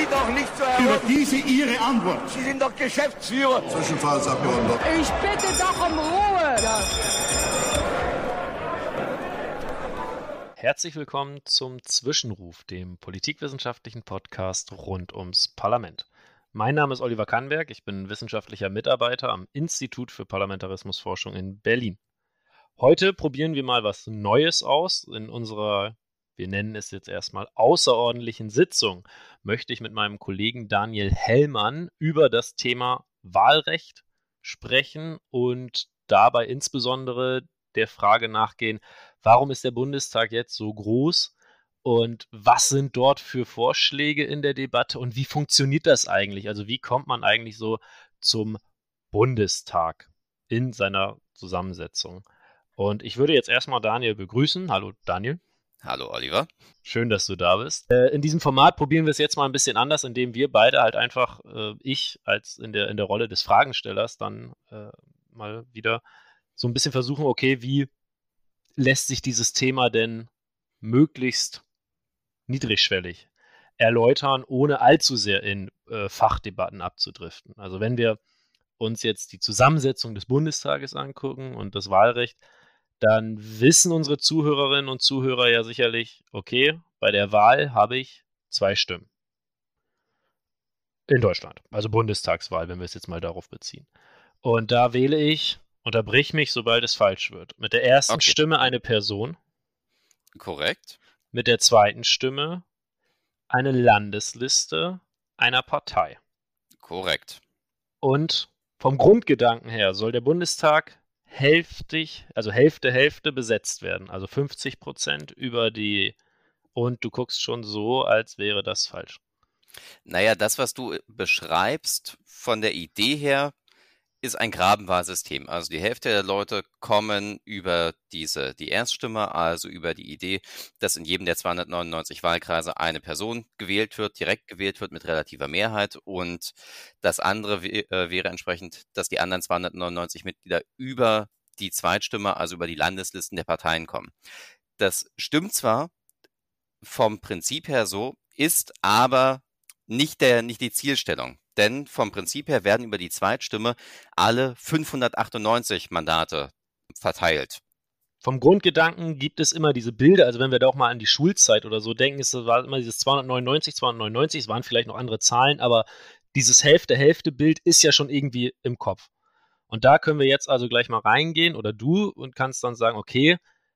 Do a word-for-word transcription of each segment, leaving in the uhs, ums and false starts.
Sie doch nicht so Über herum. diese Ihre Antwort. Sie sind doch Geschäftsführer. Zwischenfallsabgeordneter. Ich bitte doch um Ruhe. Ja. Herzlich willkommen zum Zwischenruf, dem politikwissenschaftlichen Podcast rund ums Parlament. Mein Name ist Oliver Kannberg, ich bin wissenschaftlicher Mitarbeiter am Institut für Parlamentarismusforschung in Berlin. Heute probieren wir mal was Neues aus. In unserer, wir nennen es jetzt erstmal, außerordentlichen Sitzung möchte ich mit meinem Kollegen Daniel Hellmann über das Thema Wahlrecht sprechen und dabei insbesondere der Frage nachgehen, warum ist der Bundestag jetzt so groß und was sind dort für Vorschläge in der Debatte und wie funktioniert das eigentlich? Also wie kommt man eigentlich so zum Bundestag in seiner Zusammensetzung? Und ich würde jetzt erstmal Daniel begrüßen. Hallo Daniel. Hallo Oliver. Schön, dass du da bist. Äh, in diesem Format probieren wir es jetzt mal ein bisschen anders, indem wir beide halt einfach, äh, ich als in der, in der Rolle des Fragenstellers dann äh, mal wieder so ein bisschen versuchen, okay, wie lässt sich dieses Thema denn möglichst niedrigschwellig erläutern, ohne allzu sehr in äh, Fachdebatten abzudriften. Also wenn wir uns jetzt die Zusammensetzung des Bundestages angucken und das Wahlrecht, dann wissen unsere Zuhörerinnen und Zuhörer ja sicherlich, okay, bei der Wahl habe ich zwei Stimmen. In Deutschland, also Bundestagswahl, wenn wir es jetzt mal darauf beziehen. Und da wähle ich, unterbrich mich, sobald es falsch wird, mit der ersten Okay. Stimme eine Person, Korrekt. mit der zweiten Stimme eine Landesliste einer Partei. Korrekt. Und vom Grundgedanken her soll der Bundestag hälftig, also Hälfte, Hälfte besetzt werden. Also fünfzig Prozent über die, und du guckst schon so, als wäre das falsch. Naja, das, was du beschreibst, von der Idee her, ist ein Grabenwahlsystem. Also die Hälfte der Leute kommen über diese, die Erststimme, also über die Idee, dass in jedem der zweihundertneunundneunzig Wahlkreise eine Person gewählt wird, direkt gewählt wird mit relativer Mehrheit, und das andere w- äh, wäre entsprechend, dass die anderen zweihundertneunundneunzig Mitglieder über die Zweitstimme, also über die Landeslisten der Parteien kommen. Das stimmt zwar vom Prinzip her so, ist aber nicht, der, nicht die Zielstellung. Denn vom Prinzip her werden über die Zweitstimme alle fünfhundertachtundneunzig Mandate verteilt. Vom Grundgedanken gibt es immer diese Bilder, also wenn wir da auch mal an die Schulzeit oder so denken, es war immer dieses zweihundertneunundneunzig, zweihundertneunundneunzig, es waren vielleicht noch andere Zahlen, aber dieses Hälfte-Hälfte-Bild ist ja schon irgendwie im Kopf. Und da können wir jetzt also gleich mal reingehen, oder du, und kannst dann sagen, okay,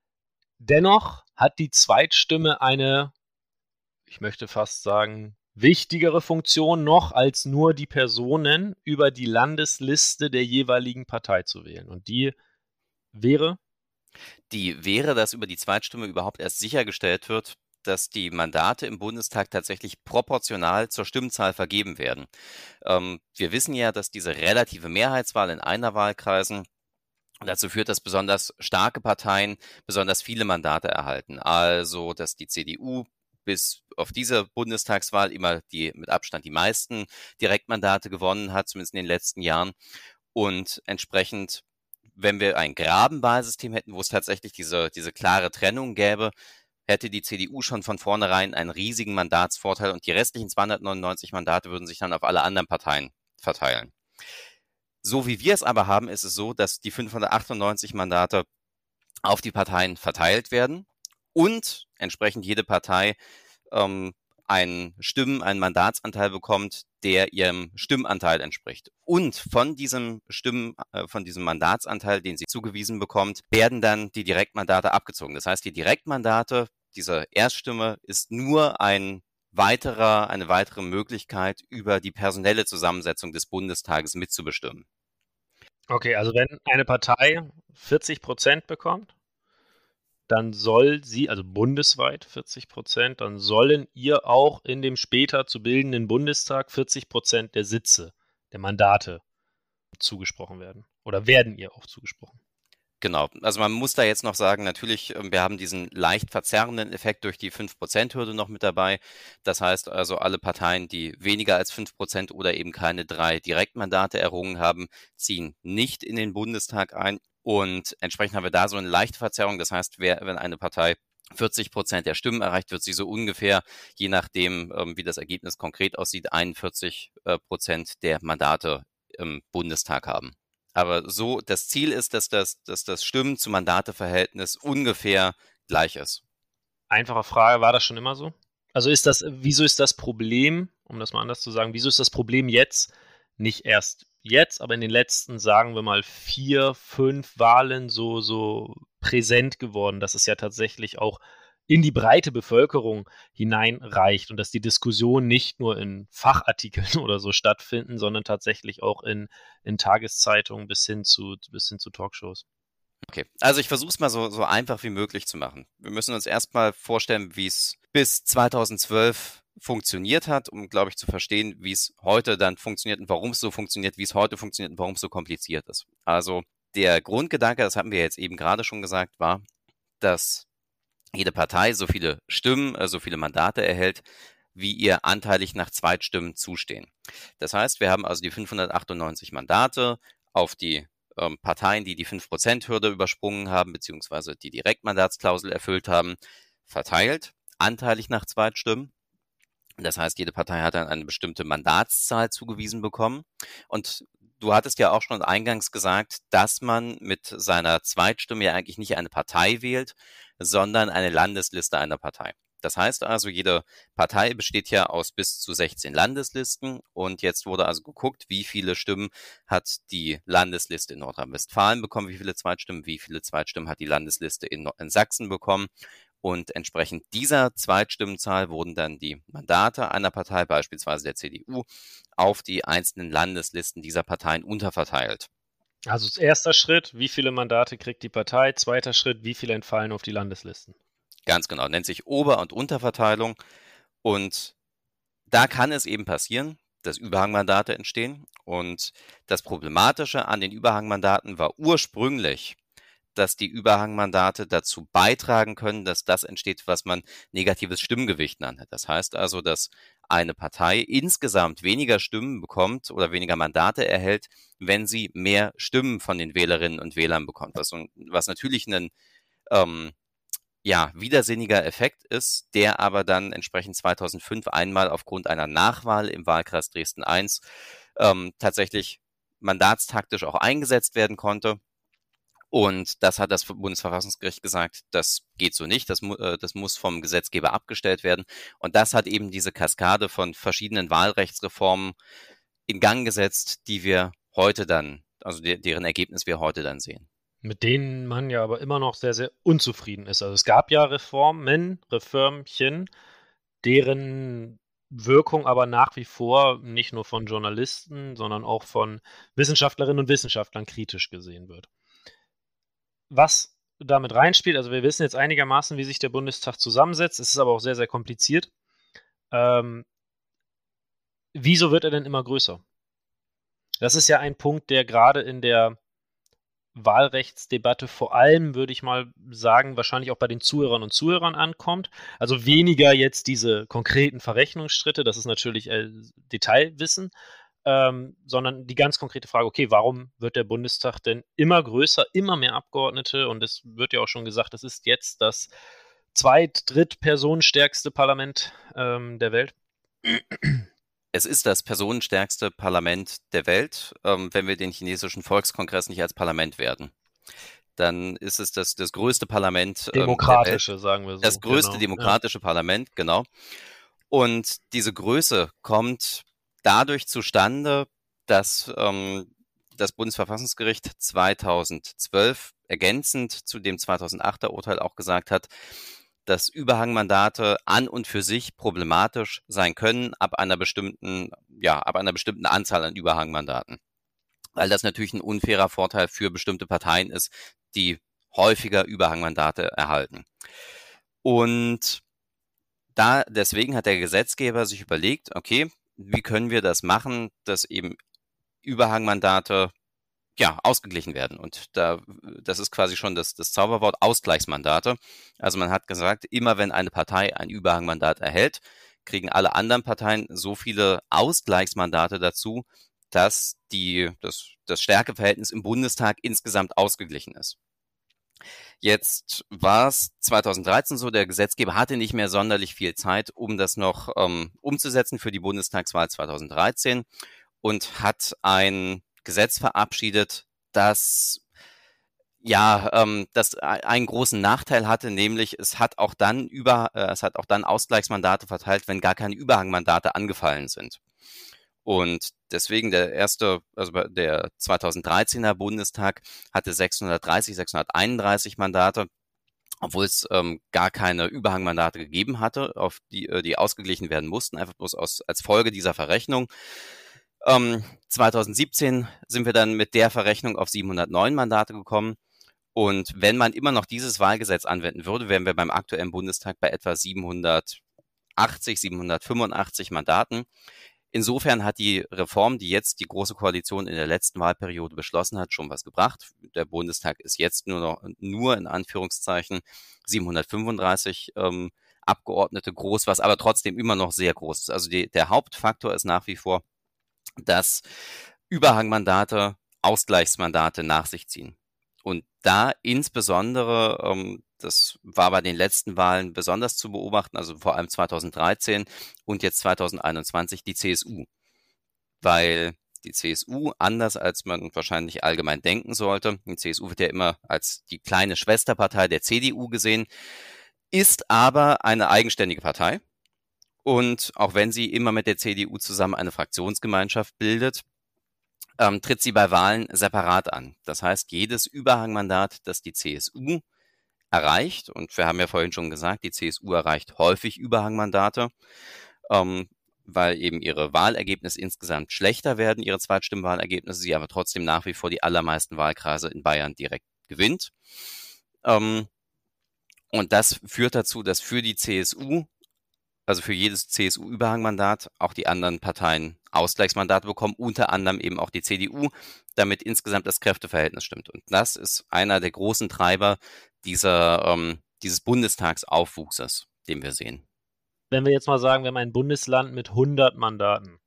dennoch hat die Zweitstimme eine, ich möchte fast sagen, wichtigere Funktion noch, als nur die Personen über die Landesliste der jeweiligen Partei zu wählen. Und die wäre? Die wäre, dass über die Zweitstimme überhaupt erst sichergestellt wird, dass die Mandate im Bundestag tatsächlich proportional zur Stimmzahl vergeben werden. Ähm, wir wissen ja, dass diese relative Mehrheitswahl in Einerwahlkreisen dazu führt, dass besonders starke Parteien besonders viele Mandate erhalten. Also, dass die C D U bis auf diese Bundestagswahl immer die mit Abstand die meisten Direktmandate gewonnen hat, zumindest in den letzten Jahren. Und entsprechend, wenn wir ein Grabenwahlsystem hätten, wo es tatsächlich diese, diese klare Trennung gäbe, hätte die C D U schon von vornherein einen riesigen Mandatsvorteil und die restlichen zweihundertneunundneunzig Mandate würden sich dann auf alle anderen Parteien verteilen. So wie wir es aber haben, ist es so, dass die fünfhundertachtundneunzig Mandate auf die Parteien verteilt werden und entsprechend jede Partei ähm, einen Stimmen-, einen Mandatsanteil bekommt, der ihrem Stimmanteil entspricht. Und von diesem Stimmen, äh, von diesem Mandatsanteil, den sie zugewiesen bekommt, werden dann die Direktmandate abgezogen. Das heißt, die Direktmandate, diese Erststimme, ist nur ein weiterer, eine weitere Möglichkeit, über die personelle Zusammensetzung des Bundestages mitzubestimmen. Okay, also wenn eine Partei vierzig Prozent bekommt, dann soll sie, also bundesweit vierzig Prozent, dann sollen ihr auch in dem später zu bildenden Bundestag vierzig Prozent der Sitze, der Mandate zugesprochen werden. Oder werden ihr auch zugesprochen? Genau, also man muss da jetzt noch sagen, natürlich, wir haben diesen leicht verzerrenden Effekt durch die fünf Prozent Hürde noch mit dabei. Das heißt also, alle Parteien, die weniger als fünf Prozent oder eben keine drei Direktmandate errungen haben, ziehen nicht in den Bundestag ein. Und entsprechend haben wir da so eine leichte Verzerrung. Das heißt, wer, wenn eine Partei vierzig Prozent der Stimmen erreicht, wird sie so ungefähr, je nachdem, ähm, wie das Ergebnis konkret aussieht, einundvierzig Prozent der Mandate im Bundestag haben. Aber so, das Ziel ist, dass das, dass das Stimmen- zu Mandate-Verhältnis ungefähr gleich ist. Einfache Frage, war das schon immer so? Also ist das, wieso ist das Problem, um das mal anders zu sagen, wieso ist das Problem jetzt, nicht erst jetzt, aber in den letzten, sagen wir mal, vier, fünf Wahlen so, so präsent geworden, dass es ja tatsächlich auch in die breite Bevölkerung hineinreicht und dass die Diskussionen nicht nur in Fachartikeln oder so stattfinden, sondern tatsächlich auch in, in Tageszeitungen bis hin zu, bis hin zu Talkshows. Okay, also ich versuche es mal so, so einfach wie möglich zu machen. Wir müssen uns erstmal vorstellen, wie es bis zweitausendzwölf funktioniert hat, um, glaube ich, zu verstehen, wie es heute dann funktioniert und warum es so funktioniert, wie es heute funktioniert und warum es so kompliziert ist. Also der Grundgedanke, das hatten wir jetzt eben gerade schon gesagt, war, dass jede Partei so viele Stimmen, so viele Mandate erhält, wie ihr anteilig nach Zweitstimmen zustehen. Das heißt, wir haben also die fünfhundertachtundneunzig Mandate auf die ähm, Parteien, die die fünf Prozent Hürde übersprungen haben, beziehungsweise die Direktmandatsklausel erfüllt haben, verteilt, anteilig nach Zweitstimmen. Das heißt, jede Partei hat dann eine bestimmte Mandatszahl zugewiesen bekommen. Und du hattest ja auch schon eingangs gesagt, dass man mit seiner Zweitstimme ja eigentlich nicht eine Partei wählt, sondern eine Landesliste einer Partei. Das heißt also, jede Partei besteht ja aus bis zu sechzehn Landeslisten und jetzt wurde also geguckt, wie viele Stimmen hat die Landesliste in Nordrhein-Westfalen bekommen, wie viele Zweitstimmen, wie viele Zweitstimmen hat die Landesliste in, in Sachsen bekommen. Und entsprechend dieser Zweitstimmenzahl wurden dann die Mandate einer Partei, beispielsweise der C D U, auf die einzelnen Landeslisten dieser Parteien unterverteilt. Also erster Schritt, wie viele Mandate kriegt die Partei? Zweiter Schritt, wie viele entfallen auf die Landeslisten? Ganz genau, nennt sich Ober- und Unterverteilung. Und da kann es eben passieren, dass Überhangmandate entstehen. Und das Problematische an den Überhangmandaten war ursprünglich, dass die Überhangmandate dazu beitragen können, dass das entsteht, was man negatives Stimmgewicht nannte. Das heißt also, dass eine Partei insgesamt weniger Stimmen bekommt oder weniger Mandate erhält, wenn sie mehr Stimmen von den Wählerinnen und Wählern bekommt. Was, was natürlich ein ähm, ja, widersinniger Effekt ist, der aber dann entsprechend zweitausendfünf einmal aufgrund einer Nachwahl im Wahlkreis Dresden eins ähm, tatsächlich mandatstaktisch auch eingesetzt werden konnte. Und das hat das Bundesverfassungsgericht gesagt, das geht so nicht, das, mu- äh, das muss vom Gesetzgeber abgestellt werden. Und das hat eben diese Kaskade von verschiedenen Wahlrechtsreformen in Gang gesetzt, die wir heute dann, also de- deren Ergebnis wir heute dann sehen. Mit denen man ja aber immer noch sehr, sehr unzufrieden ist. Also es gab ja Reformen, Reformchen, deren Wirkung aber nach wie vor nicht nur von Journalisten, sondern auch von Wissenschaftlerinnen und Wissenschaftlern kritisch gesehen wird. Was damit reinspielt, also wir wissen jetzt einigermaßen, wie sich der Bundestag zusammensetzt, es ist aber auch sehr, sehr kompliziert. Ähm, wieso wird er denn immer größer? Das ist ja ein Punkt, der gerade in der Wahlrechtsdebatte vor allem, würde ich mal sagen, wahrscheinlich auch bei den Zuhörern und Zuhörern ankommt. Also weniger jetzt diese konkreten Verrechnungsschritte, das ist natürlich äh, Detailwissen, ähm, sondern die ganz konkrete Frage, okay, warum wird der Bundestag denn immer größer, immer mehr Abgeordnete? Und es wird ja auch schon gesagt, es ist jetzt das zweit-, drittpersonenstärkste Parlament ähm, der Welt. Es ist das personenstärkste Parlament der Welt, ähm, wenn wir den chinesischen Volkskongress nicht als Parlament werden. Dann ist es das, das größte Parlament ähm, Demokratische, der Welt. sagen wir so. Das größte genau. demokratische ja. Parlament, genau. Und diese Größe kommt dadurch zustande, dass ähm, das Bundesverfassungsgericht zweitausendzwölf ergänzend zu dem zweitausendachter Urteil auch gesagt hat, dass Überhangmandate an und für sich problematisch sein können ab einer bestimmten, ja, ab einer bestimmten Anzahl an Überhangmandaten. Weil das natürlich ein unfairer Vorteil für bestimmte Parteien ist, die häufiger Überhangmandate erhalten. Und da, deswegen hat der Gesetzgeber sich überlegt, okay, wie können wir das machen, dass eben Überhangmandate ja, ausgeglichen werden. Und da, das ist quasi schon das, das Zauberwort Ausgleichsmandate. Also man hat gesagt, immer wenn eine Partei ein Überhangmandat erhält, kriegen alle anderen Parteien so viele Ausgleichsmandate dazu, dass die, das, das Stärkeverhältnis im Bundestag insgesamt ausgeglichen ist. Jetzt war es zweitausenddreizehn so, der Gesetzgeber hatte nicht mehr sonderlich viel Zeit, um das noch ähm, umzusetzen für die Bundestagswahl zweitausenddreizehn und hat ein Gesetz verabschiedet, das ja, ähm, das einen großen Nachteil hatte, nämlich es hat auch dann über, äh, es hat auch dann Ausgleichsmandate verteilt, wenn gar keine Überhangmandate angefallen sind. Und deswegen der erste, also der zweitausenddreizehner Bundestag hatte sechshundertdreißig, sechshunderteinunddreißig Mandate, obwohl es ähm, gar keine Überhangmandate gegeben hatte, auf die, äh, die ausgeglichen werden mussten, einfach bloß aus, als Folge dieser Verrechnung. Ähm, zweitausendsiebzehn sind wir dann mit der Verrechnung auf siebenhundertneun Mandate gekommen. Und wenn man immer noch dieses Wahlgesetz anwenden würde, wären wir beim aktuellen Bundestag bei etwa siebenhundertachtzig, siebenhundertfünfundachtzig Mandaten. Insofern hat die Reform, die jetzt die Große Koalition in der letzten Wahlperiode beschlossen hat, schon was gebracht. Der Bundestag ist jetzt nur noch, nur in Anführungszeichen, siebenhundertfünfunddreißig ähm, Abgeordnete groß, was aber trotzdem immer noch sehr groß ist. Also die, der Hauptfaktor ist nach wie vor, dass Überhangmandate Ausgleichsmandate nach sich ziehen. Und da insbesondere, ähm, das war bei den letzten Wahlen besonders zu beobachten, also vor allem zweitausenddreizehn und jetzt zweitausendeinundzwanzig die C S U. Weil die C S U, anders als man wahrscheinlich allgemein denken sollte, die C S U wird ja immer als die kleine Schwesterpartei der C D U gesehen, ist aber eine eigenständige Partei. Und auch wenn sie immer mit der C D U zusammen eine Fraktionsgemeinschaft bildet, ähm, tritt sie bei Wahlen separat an. Das heißt, jedes Überhangmandat, das die C S U erreicht, und wir haben ja vorhin schon gesagt, die C S U erreicht häufig Überhangmandate, ähm, weil eben ihre Wahlergebnisse insgesamt schlechter werden, ihre Zweitstimmenwahlergebnisse, sie aber trotzdem nach wie vor die allermeisten Wahlkreise in Bayern direkt gewinnt. Ähm, und das führt dazu, dass für die C S U, also für jedes C S U-Überhangmandat, auch die anderen Parteien Ausgleichsmandate bekommen, unter anderem eben auch die C D U, damit insgesamt das Kräfteverhältnis stimmt. Und das ist einer der großen Treiber dieser, ähm, dieses Bundestagsaufwuchses, den wir sehen. Wenn wir jetzt mal sagen, wir haben ein Bundesland mit hundert Mandaten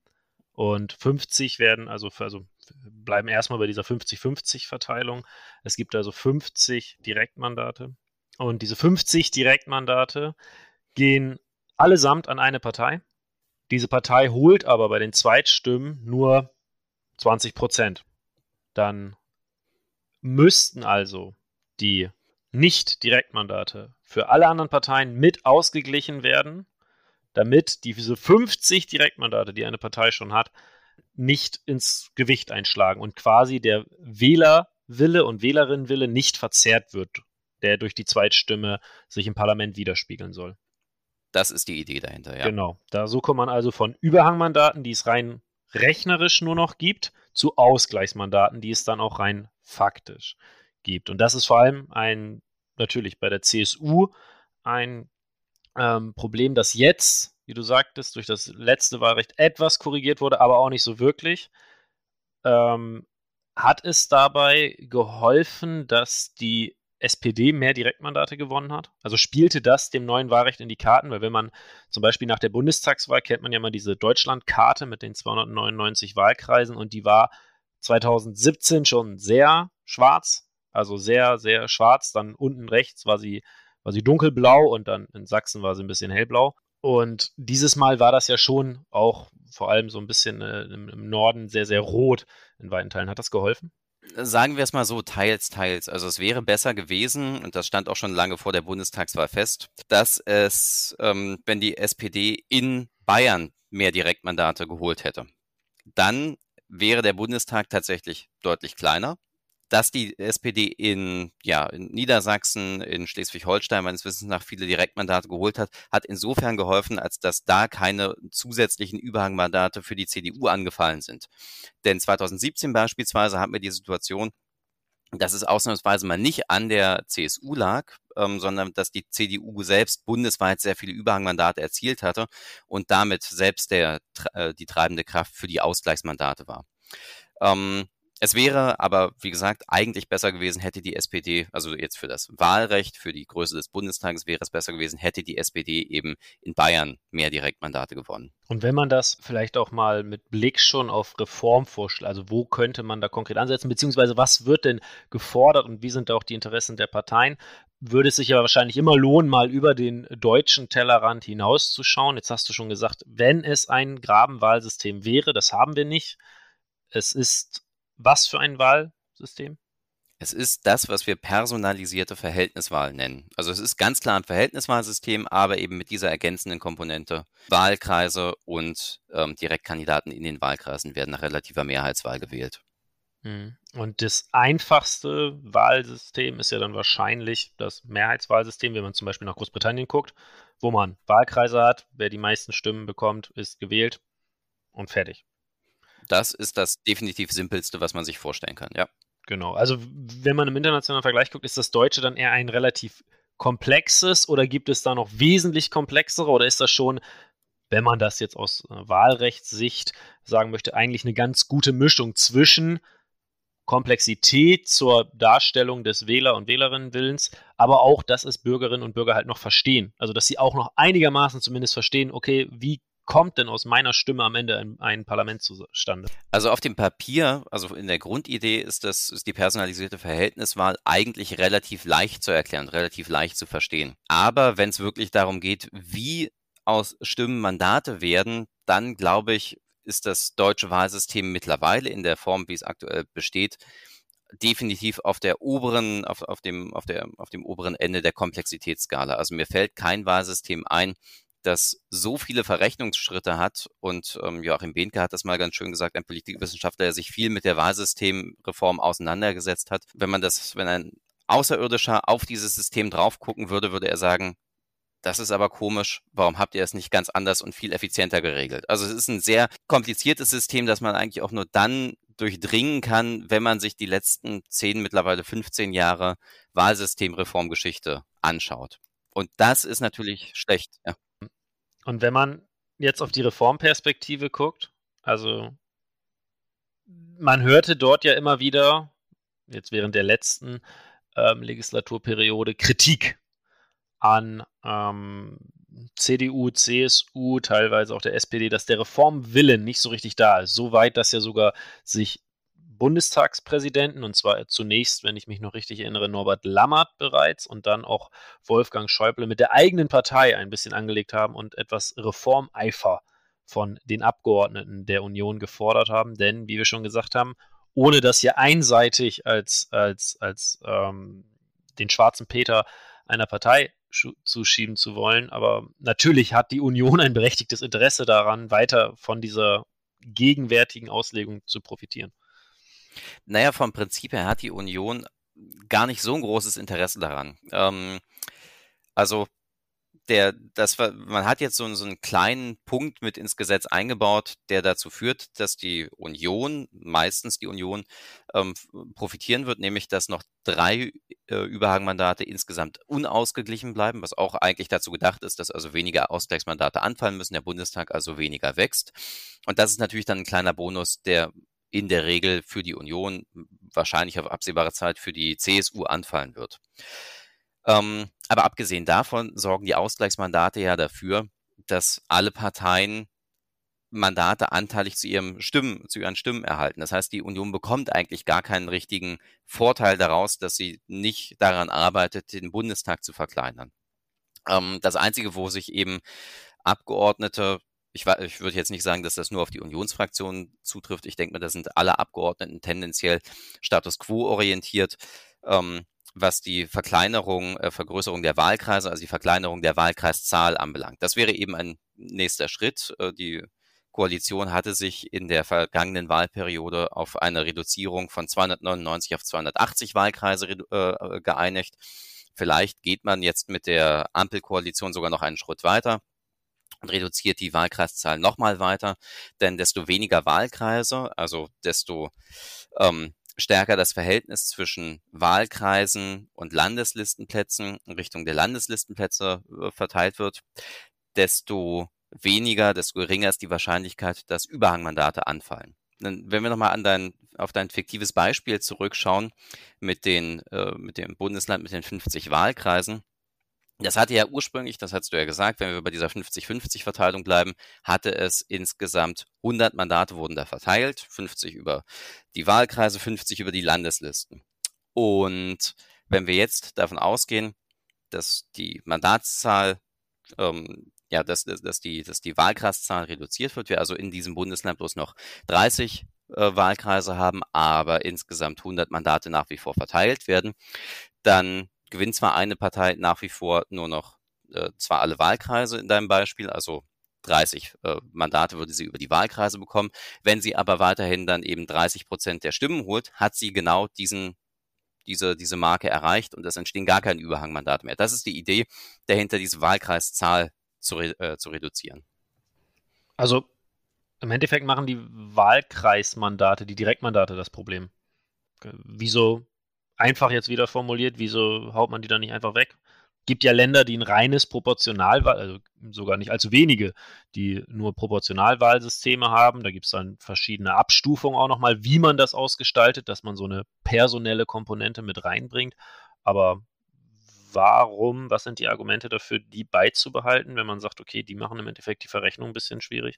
und fünfzig werden, also, für, also bleiben erstmal bei dieser fünfzig fünfzig Verteilung. Es gibt also fünfzig Direktmandate und diese fünfzig Direktmandate gehen allesamt an eine Partei. Diese Partei holt aber bei den Zweitstimmen nur zwanzig Prozent. Dann müssten also die Nicht-Direktmandate für alle anderen Parteien mit ausgeglichen werden, damit diese fünfzig Direktmandate, die eine Partei schon hat, nicht ins Gewicht einschlagen und quasi der Wählerwille und Wählerinnenwille nicht verzerrt wird, der durch die Zweitstimme sich im Parlament widerspiegeln soll. Das ist die Idee dahinter, ja. Genau. Da so kommt man also von Überhangmandaten, die es rein rechnerisch nur noch gibt, zu Ausgleichsmandaten, die es dann auch rein faktisch gibt. Und das ist vor allem ein, natürlich bei der C S U, ein ähm, Problem, das jetzt, wie du sagtest, durch das letzte Wahlrecht etwas korrigiert wurde, aber auch nicht so wirklich. Ähm, hat es dabei geholfen, dass die S P D mehr Direktmandate gewonnen hat? Also spielte das dem neuen Wahlrecht in die Karten? Weil wenn man zum Beispiel nach der Bundestagswahl kennt man ja mal diese Deutschlandkarte mit den zweihundertneunundneunzig Wahlkreisen und die war zweitausendsiebzehn schon sehr schwarz, also sehr, sehr schwarz. Dann unten rechts war sie, war sie dunkelblau und dann in Sachsen war sie ein bisschen hellblau. Und dieses Mal war das ja schon auch vor allem so ein bisschen äh, im, im Norden sehr, sehr rot in weiten Teilen. Hat das geholfen? Sagen wir es mal so, teils, teils. Also es wäre besser gewesen, und das stand auch schon lange vor der Bundestagswahl fest, dass es, ähm, wenn die S P D in Bayern mehr Direktmandate geholt hätte, dann wäre der Bundestag tatsächlich deutlich kleiner. Dass die S P D in, ja, in Niedersachsen, in Schleswig-Holstein meines Wissens nach viele Direktmandate geholt hat, hat insofern geholfen, als dass da keine zusätzlichen Überhangmandate für die C D U angefallen sind. Denn zweitausendsiebzehn beispielsweise hatten wir die Situation, dass es ausnahmsweise mal nicht an der C S U lag, ähm, sondern dass die C D U selbst bundesweit sehr viele Überhangmandate erzielt hatte und damit selbst der, äh, die treibende Kraft für die Ausgleichsmandate war. Ähm, Es wäre aber, wie gesagt, eigentlich besser gewesen, hätte die S P D, also jetzt für das Wahlrecht, für die Größe des Bundestages wäre es besser gewesen, hätte die S P D eben in Bayern mehr Direktmandate gewonnen. Und wenn man das vielleicht auch mal mit Blick schon auf Reformvorschläge, also wo könnte man da konkret ansetzen, beziehungsweise was wird denn gefordert und wie sind da auch die Interessen der Parteien, würde es sich aber wahrscheinlich immer lohnen, mal über den deutschen Tellerrand hinauszuschauen. Jetzt hast du schon gesagt, wenn es ein Grabenwahlsystem wäre, das haben wir nicht. Es ist was für ein Wahlsystem? Es ist das, was wir personalisierte Verhältniswahl nennen. Also es ist ganz klar ein Verhältniswahlsystem, aber eben mit dieser ergänzenden Komponente. Wahlkreise und ähm, Direktkandidaten in den Wahlkreisen werden nach relativer Mehrheitswahl gewählt. Und das einfachste Wahlsystem ist ja dann wahrscheinlich das Mehrheitswahlsystem, wenn man zum Beispiel nach Großbritannien guckt, wo man Wahlkreise hat, wer die meisten Stimmen bekommt, ist gewählt und fertig. Das ist das definitiv simpelste, was man sich vorstellen kann, ja. Genau, also wenn man im internationalen Vergleich guckt, ist das Deutsche dann eher ein relativ komplexes oder gibt es da noch wesentlich komplexere oder ist das schon, wenn man das jetzt aus Wahlrechtssicht sagen möchte, eigentlich eine ganz gute Mischung zwischen Komplexität zur Darstellung des Wähler- und Wählerinnenwillens, aber auch, dass es Bürgerinnen und Bürger halt noch verstehen. Also, dass sie auch noch einigermaßen zumindest verstehen, okay, wie kommt denn aus meiner Stimme am Ende ein, ein Parlament zustande? Also auf dem Papier, also in der Grundidee ist das, ist die personalisierte Verhältniswahl eigentlich relativ leicht zu erklären, relativ leicht zu verstehen. Aber wenn es wirklich darum geht, wie aus Stimmen Mandate werden, dann glaube ich, ist das deutsche Wahlsystem mittlerweile in der Form, wie es aktuell besteht, definitiv auf der oberen, auf, auf dem, auf der, auf dem oberen Ende der Komplexitätsskala. Also mir fällt kein Wahlsystem ein, das so viele Verrechnungsschritte hat und ähm, Joachim Behnke hat das mal ganz schön gesagt, ein Politikwissenschaftler, der sich viel mit der Wahlsystemreform auseinandergesetzt hat. Wenn man das, wenn ein Außerirdischer auf dieses System drauf gucken würde, würde er sagen, das ist aber komisch, warum habt ihr es nicht ganz anders und viel effizienter geregelt? Also es ist ein sehr kompliziertes System, das man eigentlich auch nur dann durchdringen kann, wenn man sich die letzten zehn, mittlerweile fünfzehn Jahre Wahlsystemreformgeschichte anschaut. Und das ist natürlich schlecht, ja. Und wenn man jetzt auf die Reformperspektive guckt, also man hörte dort ja immer wieder, jetzt während der letzten ähm, Legislaturperiode, Kritik an ähm, C D U, C S U, teilweise auch der S P D, dass der Reformwillen nicht so richtig da ist. So weit, dass ja sogar sich Bundestagspräsidenten, und zwar zunächst, wenn ich mich noch richtig erinnere, Norbert Lammert bereits und dann auch Wolfgang Schäuble mit der eigenen Partei ein bisschen angelegt haben und etwas Reformeifer von den Abgeordneten der Union gefordert haben. Denn, wie wir schon gesagt haben, ohne das hier einseitig als, als, als ähm, den schwarzen Peter einer Partei zuschieben zu wollen, aber natürlich hat die Union ein berechtigtes Interesse daran, weiter von dieser gegenwärtigen Auslegung zu profitieren. Naja, vom Prinzip her hat die Union gar nicht so ein großes Interesse daran. Ähm, also der, das, man hat jetzt so, so einen kleinen Punkt mit ins Gesetz eingebaut, der dazu führt, dass die Union, meistens die Union, ähm, profitieren wird, nämlich dass noch drei äh, Überhangmandate insgesamt unausgeglichen bleiben, was auch eigentlich dazu gedacht ist, dass also weniger Ausgleichsmandate anfallen müssen, der Bundestag also weniger wächst. Und das ist natürlich dann ein kleiner Bonus, der in der Regel für die Union wahrscheinlich auf absehbare Zeit für die C S U anfallen wird. Ähm, aber abgesehen davon sorgen die Ausgleichsmandate ja dafür, dass alle Parteien Mandate anteilig zu ihrem Stimmen, zu ihren Stimmen erhalten. Das heißt, die Union bekommt eigentlich gar keinen richtigen Vorteil daraus, dass sie nicht daran arbeitet, den Bundestag zu verkleinern. Ähm, das Einzige, wo sich eben Abgeordnete, ich, ich würde jetzt nicht sagen, dass das nur auf die Unionsfraktion zutrifft. Ich denke mir, da sind alle Abgeordneten tendenziell Status quo orientiert. Ähm, was die Verkleinerung, äh, Vergrößerung der Wahlkreise, also die Verkleinerung der Wahlkreiszahl anbelangt. Das wäre eben ein nächster Schritt. Äh, die Koalition hatte sich in der vergangenen Wahlperiode auf eine Reduzierung von zweihundertneunundneunzig auf zweihundertachtzig Wahlkreise äh, geeinigt. Vielleicht geht man jetzt mit der Ampelkoalition sogar noch einen Schritt weiter und reduziert die Wahlkreiszahl nochmal weiter, denn desto weniger Wahlkreise, also desto ähm, stärker das Verhältnis zwischen Wahlkreisen und Landeslistenplätzen in Richtung der Landeslistenplätze äh, verteilt wird, desto weniger, desto geringer ist die Wahrscheinlichkeit, dass Überhangmandate anfallen. Dann, wenn wir nochmal an dein auf dein fiktives Beispiel zurückschauen mit den, äh, mit dem Bundesland mit den fünfzig Wahlkreisen. Das hatte ja ursprünglich, das hast du ja gesagt, wenn wir bei dieser fünfzig fünfzig Verteilung bleiben, hatte es insgesamt hundert Mandate wurden da verteilt, fünfzig über die Wahlkreise, fünfzig über die Landeslisten. Und wenn wir jetzt davon ausgehen, dass die Mandatszahl, ähm, ja, dass, dass, die, dass die Wahlkreiszahl reduziert wird, wir also in diesem Bundesland bloß noch dreißig äh, Wahlkreise haben, aber insgesamt hundert Mandate nach wie vor verteilt werden, dann gewinnt zwar eine Partei nach wie vor nur noch äh, zwar alle Wahlkreise in deinem Beispiel, also dreißig äh, Mandate würde sie über die Wahlkreise bekommen. Wenn sie aber weiterhin dann eben dreißig Prozent der Stimmen holt, hat sie genau diesen, diese, diese Marke erreicht und es entstehen gar keine Überhangmandate mehr. Das ist die Idee dahinter, diese Wahlkreiszahl zu, re, äh, zu reduzieren. Also im Endeffekt machen die Wahlkreismandate, die Direktmandate das Problem. Wieso einfach jetzt wieder formuliert, wieso haut man die dann nicht einfach weg? Gibt ja Länder, die ein reines Proportionalwahl, also sogar nicht allzu wenige, die nur Proportionalwahlsysteme haben. Da gibt es dann verschiedene Abstufungen auch nochmal, wie man das ausgestaltet, dass man so eine personelle Komponente mit reinbringt. Aber warum, was sind die Argumente dafür, die beizubehalten, wenn man sagt, okay, die machen im Endeffekt die Verrechnung ein bisschen schwierig?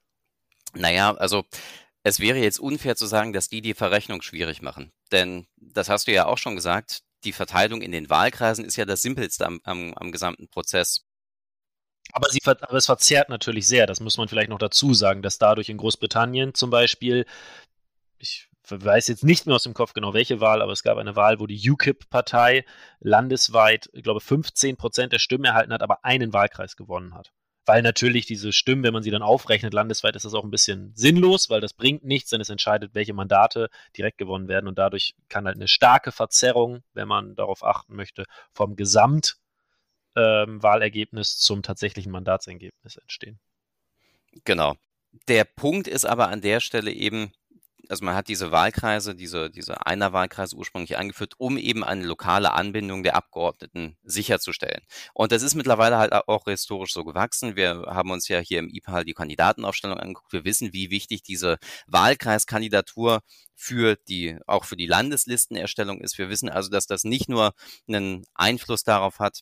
Naja, also es wäre jetzt unfair zu sagen, dass die die Verrechnung schwierig machen. Denn, das hast du ja auch schon gesagt, die Verteilung in den Wahlkreisen ist ja das Simpelste am, am, am gesamten Prozess. Aber, sie, aber es verzerrt natürlich sehr, das muss man vielleicht noch dazu sagen, dass dadurch in Großbritannien zum Beispiel, ich weiß jetzt nicht mehr aus dem Kopf genau welche Wahl, aber es gab eine Wahl, wo die U K I P-Partei landesweit, ich glaube, fünfzehn Prozent der Stimmen erhalten hat, aber einen Wahlkreis gewonnen hat. Weil natürlich diese Stimmen, wenn man sie dann aufrechnet, landesweit ist das auch ein bisschen sinnlos, weil das bringt nichts, denn es entscheidet, welche Mandate direkt gewonnen werden und dadurch kann halt eine starke Verzerrung, wenn man darauf achten möchte, vom Gesamtwahlergebnis ähm, zum tatsächlichen Mandatsergebnis entstehen. Genau. Der Punkt ist aber an der Stelle eben, also man hat diese Wahlkreise, diese, diese Einerwahlkreise ursprünglich eingeführt, um eben eine lokale Anbindung der Abgeordneten sicherzustellen. Und das ist mittlerweile halt auch historisch so gewachsen. Wir haben uns ja hier im I P A L die Kandidatenaufstellung angeguckt. Wir wissen, wie wichtig diese Wahlkreiskandidatur für die, auch für die Landeslistenerstellung ist. Wir wissen also, dass das nicht nur einen Einfluss darauf hat,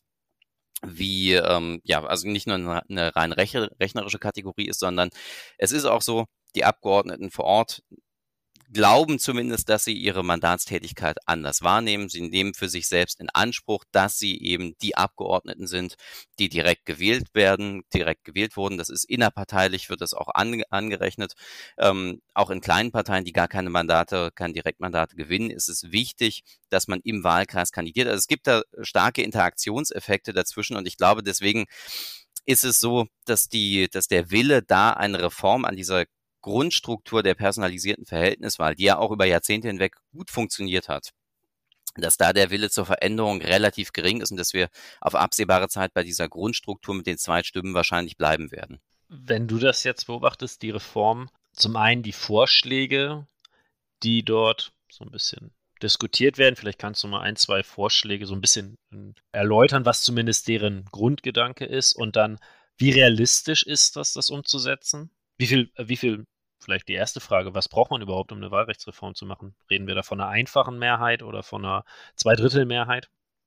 wie, ähm, ja, also nicht nur eine, eine rein rechnerische Kategorie ist, sondern es ist auch so, die Abgeordneten vor Ort glauben zumindest, dass sie ihre Mandatstätigkeit anders wahrnehmen. Sie nehmen für sich selbst in Anspruch, dass sie eben die Abgeordneten sind, die direkt gewählt werden, direkt gewählt wurden. Das ist innerparteilich, wird das auch ange- angerechnet. Ähm, auch in kleinen Parteien, die gar keine Mandate, keine Direktmandate gewinnen, ist es wichtig, dass man im Wahlkreis kandidiert. Also es gibt da starke Interaktionseffekte dazwischen und ich glaube, deswegen ist es so, dass die, dass der Wille, da eine Reform an dieser Grundstruktur der personalisierten Verhältniswahl, die ja auch über Jahrzehnte hinweg gut funktioniert hat, dass da der Wille zur Veränderung relativ gering ist und dass wir auf absehbare Zeit bei dieser Grundstruktur mit den Zweitstimmen wahrscheinlich bleiben werden. Wenn du das jetzt beobachtest, die Reform, zum einen die Vorschläge, die dort so ein bisschen diskutiert werden, vielleicht kannst du mal ein, zwei Vorschläge so ein bisschen erläutern, was zumindest deren Grundgedanke ist und dann, wie realistisch ist das, das umzusetzen? Wie viel, wie viel, vielleicht die erste Frage, was braucht man überhaupt, um eine Wahlrechtsreform zu machen? Reden wir da von einer einfachen Mehrheit oder von einer Zweidrittelmehrheit?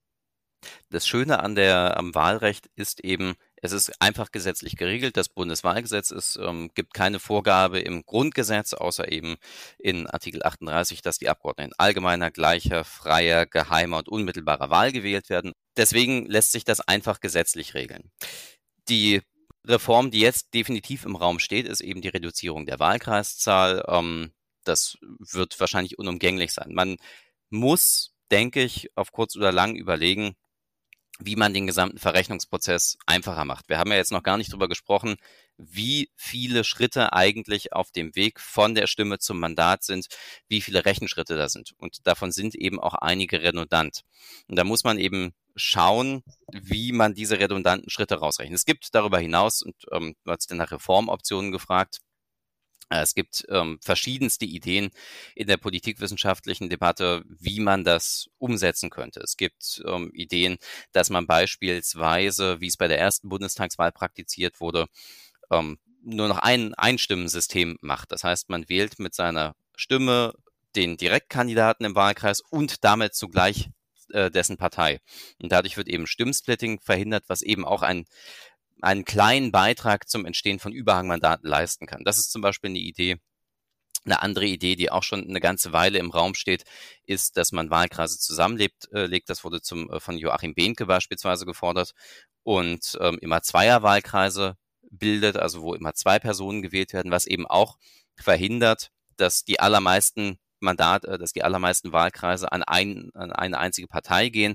Das Schöne an der, am Wahlrecht ist eben, es ist einfach gesetzlich geregelt. Das Bundeswahlgesetz ist, ähm, gibt keine Vorgabe im Grundgesetz, außer eben in Artikel achtunddreißig, dass die Abgeordneten in allgemeiner, gleicher, freier, geheimer und unmittelbarer Wahl gewählt werden. Deswegen lässt sich das einfach gesetzlich regeln. Die Reform, die jetzt definitiv im Raum steht, ist eben die Reduzierung der Wahlkreiszahl. Ähm, das wird wahrscheinlich unumgänglich sein. Man muss, denke ich, auf kurz oder lang überlegen, wie man den gesamten Verrechnungsprozess einfacher macht. Wir haben ja jetzt noch gar nicht drüber gesprochen, wie viele Schritte eigentlich auf dem Weg von der Stimme zum Mandat sind, wie viele Rechenschritte da sind. Und davon sind eben auch einige redundant. Und da muss man eben schauen, wie man diese redundanten Schritte rausrechnet. Es gibt darüber hinaus, und ähm, du hast nach Reformoptionen gefragt, äh, es gibt ähm, verschiedenste Ideen in der politikwissenschaftlichen Debatte, wie man das umsetzen könnte. Es gibt ähm, Ideen, dass man beispielsweise, wie es bei der ersten Bundestagswahl praktiziert wurde, ähm, nur noch ein Einstimmensystem macht. Das heißt, man wählt mit seiner Stimme den Direktkandidaten im Wahlkreis und damit zugleich äh, dessen Partei. Und dadurch wird eben Stimmsplitting verhindert, was eben auch ein, einen kleinen Beitrag zum Entstehen von Überhangmandaten leisten kann. Das ist zum Beispiel eine Idee. Eine andere Idee, die auch schon eine ganze Weile im Raum steht, ist, dass man Wahlkreise zusammenlegt. Äh, legt. Das wurde zum, äh, von Joachim Behnke beispielsweise gefordert und ähm, immer Zweierwahlkreise bildet, also wo immer zwei Personen gewählt werden, was eben auch verhindert, dass die allermeisten Mandate, äh, dass die allermeisten Wahlkreise an, ein, an eine einzige Partei gehen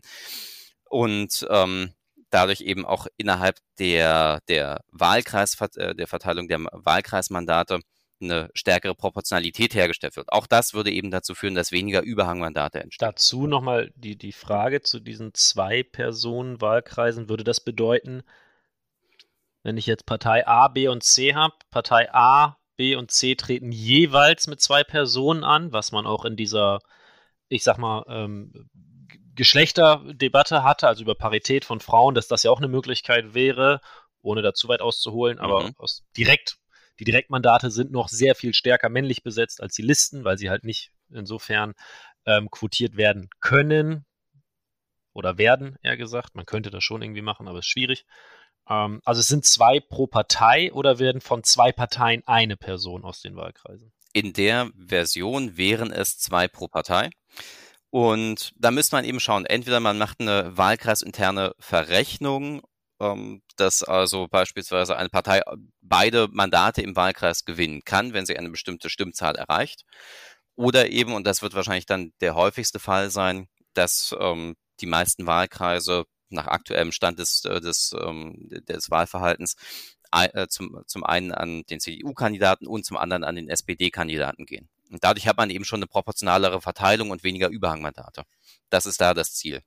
und ähm, dadurch eben auch innerhalb der, der Wahlkreis, äh, der Verteilung der Wahlkreismandate eine stärkere Proportionalität hergestellt wird. Auch das würde eben dazu führen, dass weniger Überhangmandate entstehen. Dazu nochmal die, die Frage zu diesen Zwei-Personen-Wahlkreisen. Würde das bedeuten, wenn ich jetzt Partei A, B und C habe, Partei A, B und C treten jeweils mit zwei Personen an, was man auch in dieser, ich sag mal, ähm, Geschlechterdebatte hatte, also über Parität von Frauen, dass das ja auch eine Möglichkeit wäre, ohne da zu weit auszuholen, aber Mhm. aus direkt Die Direktmandate sind noch sehr viel stärker männlich besetzt als die Listen, weil sie halt nicht insofern ähm, quotiert werden können oder werden, eher gesagt. Man könnte das schon irgendwie machen, aber es ist schwierig. Ähm, also es sind zwei pro Partei oder werden von zwei Parteien eine Person aus den Wahlkreisen? In der Version wären es zwei pro Partei. Und da müsste man eben schauen, entweder man macht eine wahlkreisinterne Verrechnung, dass also beispielsweise eine Partei beide Mandate im Wahlkreis gewinnen kann, wenn sie eine bestimmte Stimmzahl erreicht. Oder eben, und das wird wahrscheinlich dann der häufigste Fall sein, dass ähm, die meisten Wahlkreise nach aktuellem Stand des, des, des Wahlverhaltens äh, zum, zum einen an den C D U-Kandidaten und zum anderen an den S P D-Kandidaten gehen. Und dadurch hat man eben schon eine proportionalere Verteilung und weniger Überhangmandate. Das ist da das Ziel.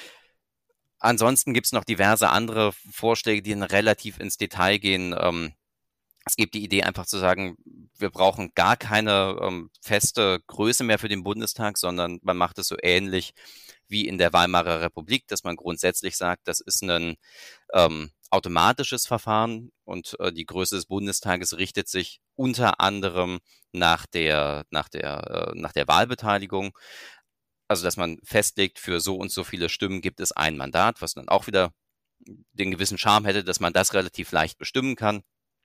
Ansonsten gibt es noch diverse andere Vorschläge, die relativ ins Detail gehen. Ähm, es gibt die Idee, einfach zu sagen, wir brauchen gar keine ähm, feste Größe mehr für den Bundestag, sondern man macht es so ähnlich wie in der Weimarer Republik, dass man grundsätzlich sagt, das ist ein ähm, automatisches Verfahren und äh, die Größe des Bundestages richtet sich unter anderem nach der, nach der, äh, nach der Wahlbeteiligung. Also, dass man festlegt, für so und so viele Stimmen gibt es ein Mandat, was dann auch wieder den gewissen Charme hätte, dass man das relativ leicht bestimmen kann.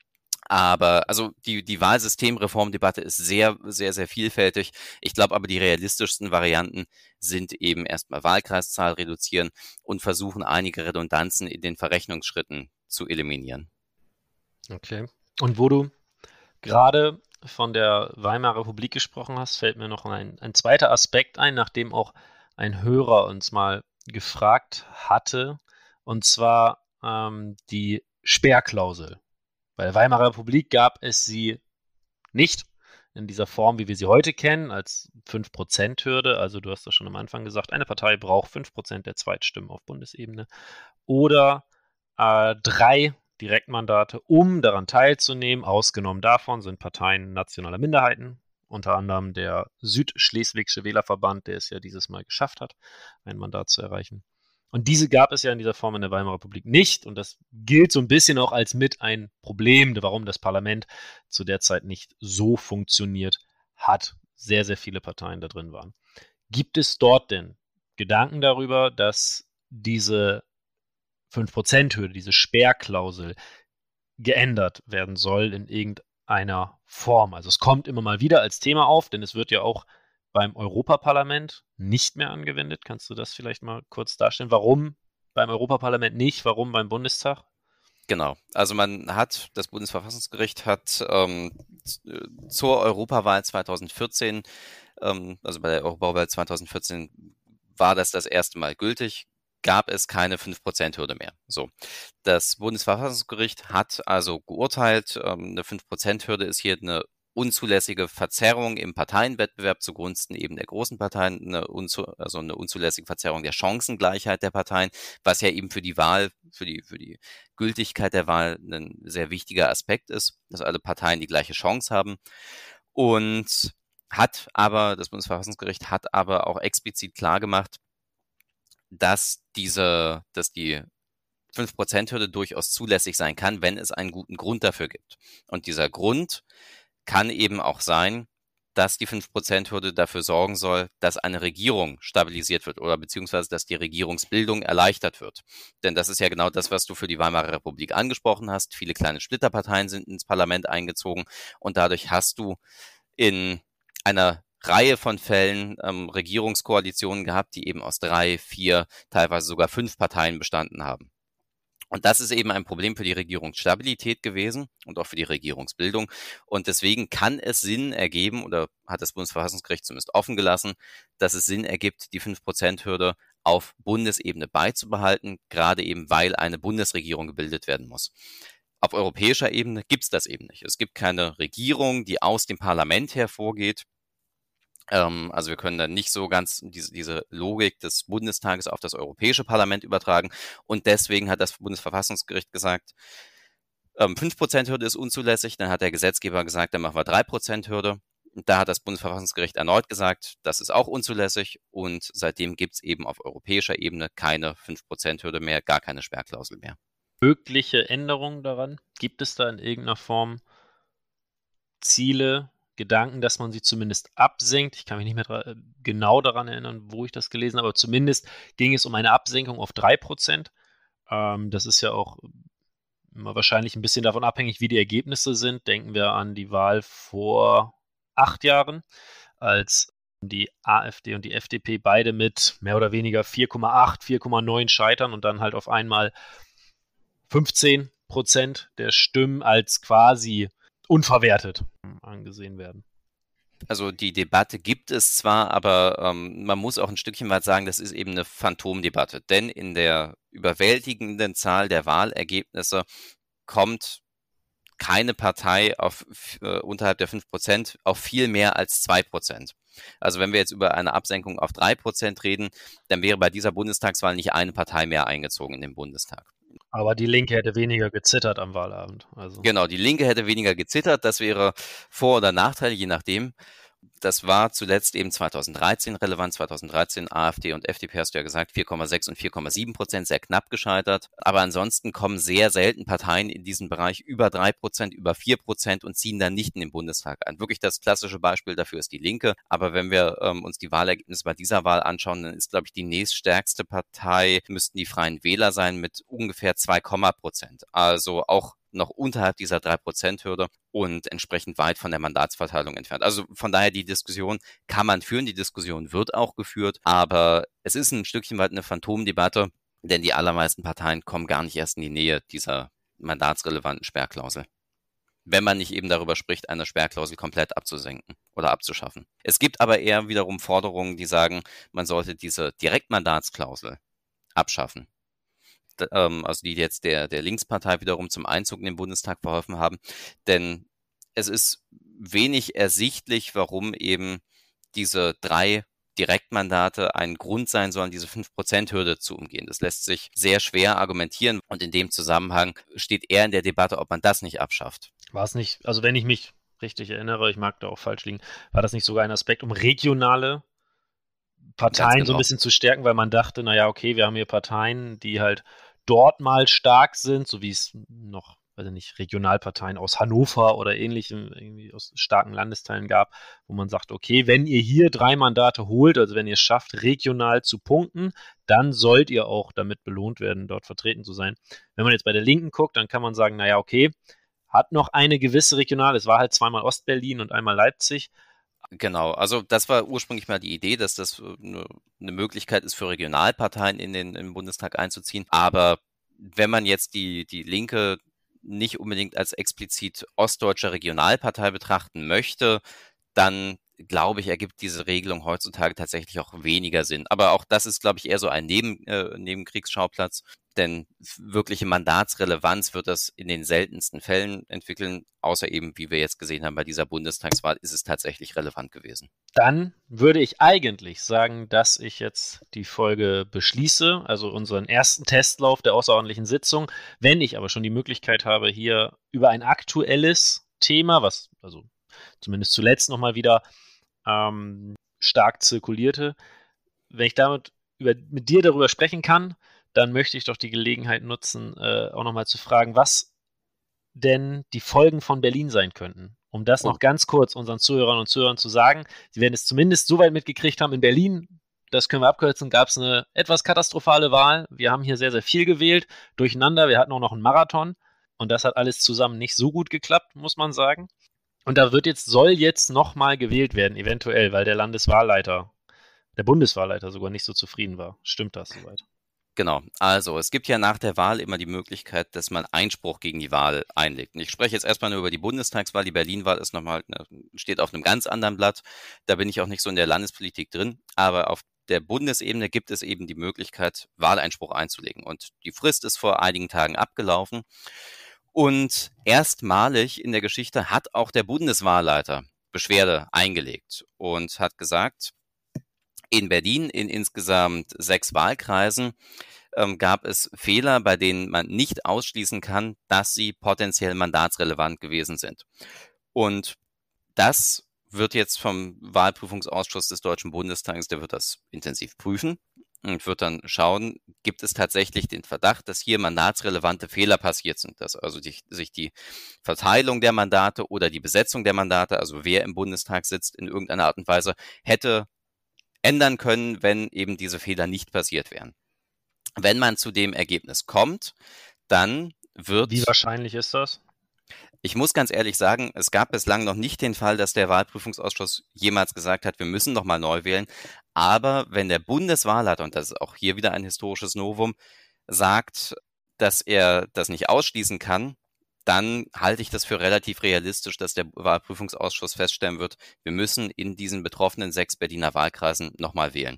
Aber also die, die Wahlsystemreformdebatte ist sehr, sehr, sehr vielfältig. Ich glaube aber, die realistischsten Varianten sind eben erstmal Wahlkreiszahl reduzieren und versuchen, einige Redundanzen in den Verrechnungsschritten zu eliminieren. Okay. Und wo du gerade von der Weimarer Republik gesprochen hast, fällt mir noch ein, ein zweiter Aspekt ein, nachdem auch ein Hörer uns mal gefragt hatte, und zwar ähm, die Sperrklausel. Bei der Weimarer Republik gab es sie nicht in dieser Form, wie wir sie heute kennen, als fünf Prozent Hürde. Also du hast das schon am Anfang gesagt, eine Partei braucht fünf Prozent der Zweitstimmen auf Bundesebene oder äh, drei Direktmandate, um daran teilzunehmen. Ausgenommen davon sind Parteien nationaler Minderheiten, unter anderem der Südschleswigsche Wählerverband, der es ja dieses Mal geschafft hat, ein Mandat zu erreichen. Und diese gab es ja in dieser Form in der Weimarer Republik nicht. Und das gilt so ein bisschen auch als mit ein Problem, warum das Parlament zu der Zeit nicht so funktioniert hat. Sehr, sehr viele Parteien da drin waren. Gibt es dort denn Gedanken darüber, dass diese fünf Prozent Hürde, diese Sperrklausel geändert werden soll in irgendeiner Form? Also es kommt immer mal wieder als Thema auf, denn es wird ja auch beim Europaparlament nicht mehr angewendet. Kannst du das vielleicht mal kurz darstellen? Warum beim Europaparlament nicht? Warum beim Bundestag? Genau. Also man hat, das Bundesverfassungsgericht hat ähm, zur Europawahl zweitausendvierzehn, ähm, also bei der Europawahl zweitausendvierzehn war das das erste Mal gültig, gab es keine fünf Prozent Hürde mehr. So. Das Bundesverfassungsgericht hat also geurteilt, ähm, eine fünf Prozent Hürde ist hier eine unzulässige Verzerrung im Parteienwettbewerb zugunsten eben der großen Parteien, eine unzu, also eine unzulässige Verzerrung der Chancengleichheit der Parteien, was ja eben für die Wahl, für die, für die Gültigkeit der Wahl ein sehr wichtiger Aspekt ist, dass alle Parteien die gleiche Chance haben. Und hat aber, das Bundesverfassungsgericht hat aber auch explizit klargemacht, dass diese, dass die fünf Prozent Hürde durchaus zulässig sein kann, wenn es einen guten Grund dafür gibt. Und dieser Grund kann eben auch sein, dass die fünf Prozent Hürde dafür sorgen soll, dass eine Regierung stabilisiert wird oder beziehungsweise, dass die Regierungsbildung erleichtert wird. Denn das ist ja genau das, was du für die Weimarer Republik angesprochen hast. Viele kleine Splitterparteien sind ins Parlament eingezogen und dadurch hast du in einer Reihe von Fällen ähm, Regierungskoalitionen gehabt, die eben aus drei, vier, teilweise sogar fünf Parteien bestanden haben. Und das ist eben ein Problem für die Regierungsstabilität gewesen und auch für die Regierungsbildung. Und deswegen kann es Sinn ergeben, oder hat das Bundesverfassungsgericht zumindest offen gelassen, dass es Sinn ergibt, die fünf Prozent Hürde auf Bundesebene beizubehalten, gerade eben, weil eine Bundesregierung gebildet werden muss. Auf europäischer Ebene gibt es das eben nicht. Es gibt keine Regierung, die aus dem Parlament hervorgeht. Ähm, also wir können dann nicht so ganz diese, diese Logik des Bundestages auf das Europäische Parlament übertragen. Und deswegen hat das Bundesverfassungsgericht gesagt, ähm, fünf Prozent Hürde ist unzulässig. Dann hat der Gesetzgeber gesagt, dann machen wir drei Prozent Hürde. Und da hat das Bundesverfassungsgericht erneut gesagt, das ist auch unzulässig. Und seitdem gibt es eben auf europäischer Ebene keine fünf Prozent Hürde mehr, gar keine Sperrklausel mehr. Mögliche Änderungen daran? Gibt es da in irgendeiner Form Ziele, Gedanken, dass man sie zumindest absenkt? Ich kann mich nicht mehr dra- genau daran erinnern, wo ich das gelesen habe, aber zumindest ging es um eine Absenkung auf drei Prozent. Ähm, das ist ja auch immer wahrscheinlich ein bisschen davon abhängig, wie die Ergebnisse sind. Denken wir an die Wahl vor acht Jahren, als die AfD und die F D P beide mit mehr oder weniger vier Komma acht, vier Komma neun scheitern und dann halt auf einmal fünfzehn Prozent der Stimmen als quasi unverwertet angesehen werden. Also die Debatte gibt es zwar, aber ähm, man muss auch ein Stückchen weit sagen, das ist eben eine Phantomdebatte. Denn in der überwältigenden Zahl der Wahlergebnisse kommt keine Partei auf äh, unterhalb der fünf Prozent auf viel mehr als zwei Prozent. Also wenn wir jetzt über eine Absenkung auf drei Prozent reden, dann wäre bei dieser Bundestagswahl nicht eine Partei mehr eingezogen in den Bundestag. Aber die Linke hätte weniger gezittert am Wahlabend. Also. Genau, die Linke hätte weniger gezittert. Das wäre Vor- oder Nachteil, je nachdem. Das war zuletzt eben zweitausenddreizehn relevant. zweitausenddreizehn AfD und F D P, hast du ja gesagt, vier Komma sechs und vier Komma sieben Prozent, sehr knapp gescheitert. Aber ansonsten kommen sehr selten Parteien in diesem Bereich über drei Prozent, über vier Prozent und ziehen dann nicht in den Bundestag ein. Wirklich das klassische Beispiel dafür ist die Linke. Aber wenn wir ähm, uns die Wahlergebnisse bei dieser Wahl anschauen, dann ist, glaube ich, die nächststärkste Partei, müssten die Freien Wähler sein mit ungefähr zwei Prozent. Also auch noch unterhalb dieser drei Prozent Hürde und entsprechend weit von der Mandatsverteilung entfernt. Also von daher, die Diskussion kann man führen, die Diskussion wird auch geführt, aber es ist ein Stückchen weit eine Phantomdebatte, denn die allermeisten Parteien kommen gar nicht erst in die Nähe dieser mandatsrelevanten Sperrklausel, wenn man nicht eben darüber spricht, eine Sperrklausel komplett abzusenken oder abzuschaffen. Es gibt aber eher wiederum Forderungen, die sagen, man sollte diese Direktmandatsklausel abschaffen. Also die jetzt der, der Linkspartei wiederum zum Einzug in den Bundestag verholfen haben. Denn es ist wenig ersichtlich, warum eben diese drei Direktmandate ein Grund sein sollen, diese fünf Prozent Hürde zu umgehen. Das lässt sich sehr schwer argumentieren und in dem Zusammenhang steht eher in der Debatte, ob man das nicht abschafft. War es nicht, also wenn ich mich richtig erinnere, ich mag da auch falsch liegen, war das nicht sogar ein Aspekt, um regionale Parteien genau. so ein bisschen zu stärken, weil man dachte, naja, okay, wir haben hier Parteien, die halt dort mal stark sind, so wie es noch, weiß ich nicht, Regionalparteien aus Hannover oder ähnlichem, irgendwie aus starken Landesteilen gab, wo man sagt, okay, wenn ihr hier drei Mandate holt, also wenn ihr es schafft, regional zu punkten, dann sollt ihr auch damit belohnt werden, dort vertreten zu sein. Wenn man jetzt bei der Linken guckt, dann kann man sagen, naja, okay, hat noch eine gewisse Regional, es war halt zweimal Ostberlin und einmal Leipzig. Genau, also das war ursprünglich mal die Idee, dass das eine, eine Möglichkeit ist für Regionalparteien in den, in den Bundestag einzuziehen. Aber wenn man jetzt die, die Linke nicht unbedingt als explizit ostdeutsche Regionalpartei betrachten möchte, dann glaube ich, ergibt diese Regelung heutzutage tatsächlich auch weniger Sinn. Aber auch das ist, glaube ich, eher so ein Neben, äh, Nebenkriegsschauplatz. Denn wirkliche Mandatsrelevanz wird das in den seltensten Fällen entwickeln, außer eben, wie wir jetzt gesehen haben, bei dieser Bundestagswahl ist es tatsächlich relevant gewesen. Dann würde ich eigentlich sagen, dass ich jetzt die Folge beschließe, also unseren ersten Testlauf der außerordentlichen Sitzung. Wenn ich aber schon die Möglichkeit habe, hier über ein aktuelles Thema, was also zumindest zuletzt nochmal wieder ähm, stark zirkulierte, wenn ich damit über, mit dir darüber sprechen kann, dann möchte ich doch die Gelegenheit nutzen, äh, auch nochmal zu fragen, was denn die Folgen von Berlin sein könnten. Um das Oh. noch ganz kurz unseren Zuhörern und Zuhörern zu sagen, sie werden es zumindest so weit mitgekriegt haben, in Berlin, das können wir abkürzen, gab es eine etwas katastrophale Wahl. Wir haben hier sehr, sehr viel gewählt, durcheinander. Wir hatten auch noch einen Marathon und das hat alles zusammen nicht so gut geklappt, muss man sagen. Und da wird jetzt, soll jetzt nochmal gewählt werden, eventuell, weil der Landeswahlleiter, der Bundeswahlleiter sogar nicht so zufrieden war. Stimmt das soweit? Genau. Also, es gibt ja nach der Wahl immer die Möglichkeit, dass man Einspruch gegen die Wahl einlegt. Und ich spreche jetzt erstmal nur über die Bundestagswahl. Die Berlin-Wahl ist nochmal, steht auf einem ganz anderen Blatt. Da bin ich auch nicht so in der Landespolitik drin. Aber auf der Bundesebene gibt es eben die Möglichkeit, Wahleinspruch einzulegen. Und die Frist ist vor einigen Tagen abgelaufen. Und erstmalig in der Geschichte hat auch der Bundeswahlleiter Beschwerde eingelegt und hat gesagt, in Berlin in insgesamt sechs Wahlkreisen ähm, gab es Fehler, bei denen man nicht ausschließen kann, dass sie potenziell mandatsrelevant gewesen sind. Und das wird jetzt vom Wahlprüfungsausschuss des Deutschen Bundestages, der wird das intensiv prüfen und wird dann schauen, gibt es tatsächlich den Verdacht, dass hier mandatsrelevante Fehler passiert sind, dass also die, sich die Verteilung der Mandate oder die Besetzung der Mandate, also wer im Bundestag sitzt, in irgendeiner Art und Weise hätte ändern können, wenn eben diese Fehler nicht passiert wären. Wenn man zu dem Ergebnis kommt, dann wird... Wie wahrscheinlich ist das? Ich muss ganz ehrlich sagen, es gab bislang noch nicht den Fall, dass der Wahlprüfungsausschuss jemals gesagt hat, wir müssen nochmal neu wählen. Aber wenn der Bundeswahlleiter, und das ist auch hier wieder ein historisches Novum, sagt, dass er das nicht ausschließen kann, dann halte ich das für relativ realistisch, dass der Wahlprüfungsausschuss feststellen wird, wir müssen in diesen betroffenen sechs Berliner Wahlkreisen nochmal wählen.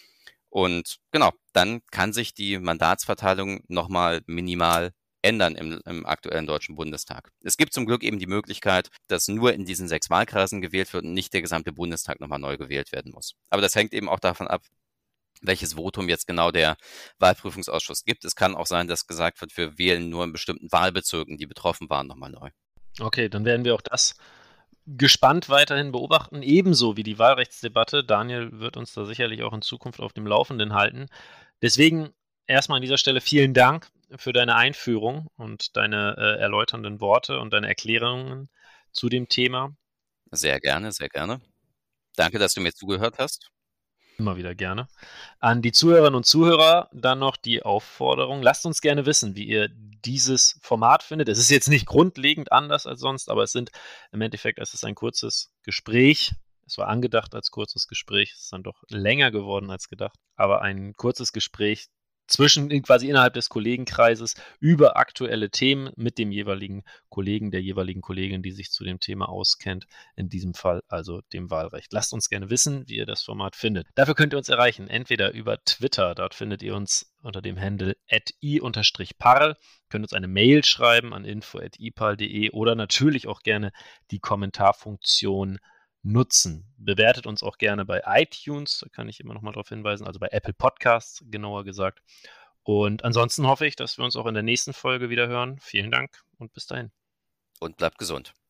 Und genau, dann kann sich die Mandatsverteilung nochmal minimal ändern im, im aktuellen Deutschen Bundestag. Es gibt zum Glück eben die Möglichkeit, dass nur in diesen sechs Wahlkreisen gewählt wird und nicht der gesamte Bundestag nochmal neu gewählt werden muss. Aber das hängt eben auch davon ab, welches Votum jetzt genau der Wahlprüfungsausschuss gibt. Es kann auch sein, dass gesagt wird, wir wählen nur in bestimmten Wahlbezirken, die betroffen waren, nochmal neu. Okay, dann werden wir auch das gespannt weiterhin beobachten, ebenso wie die Wahlrechtsdebatte. Daniel wird uns da sicherlich auch in Zukunft auf dem Laufenden halten. Deswegen erstmal an dieser Stelle vielen Dank für deine Einführung und deine äh, erläuternden Worte und deine Erklärungen zu dem Thema. Sehr gerne, sehr gerne. Danke, dass du mir zugehört hast. Immer wieder gerne. An die Zuhörerinnen und Zuhörer dann noch die Aufforderung, lasst uns gerne wissen, wie ihr dieses Format findet. Es ist jetzt nicht grundlegend anders als sonst, aber es sind im Endeffekt, es ist ein kurzes Gespräch. Es war angedacht als kurzes Gespräch, es ist dann doch länger geworden als gedacht, aber ein kurzes Gespräch zwischen quasi innerhalb des Kollegenkreises über aktuelle Themen mit dem jeweiligen Kollegen, der jeweiligen Kollegin, die sich zu dem Thema auskennt, in diesem Fall also dem Wahlrecht. Lasst uns gerne wissen, wie ihr das Format findet. Dafür könnt ihr uns erreichen, entweder über Twitter, dort findet ihr uns unter dem Handle at i parl, könnt uns eine Mail schreiben an info at i parl punkt de oder natürlich auch gerne die Kommentarfunktion nutzen. Bewertet uns auch gerne bei iTunes, da kann ich immer noch mal darauf hinweisen, also bei Apple Podcasts genauer gesagt. Und ansonsten hoffe ich, dass wir uns auch in der nächsten Folge wieder hören. Vielen Dank und bis dahin. Und bleibt gesund.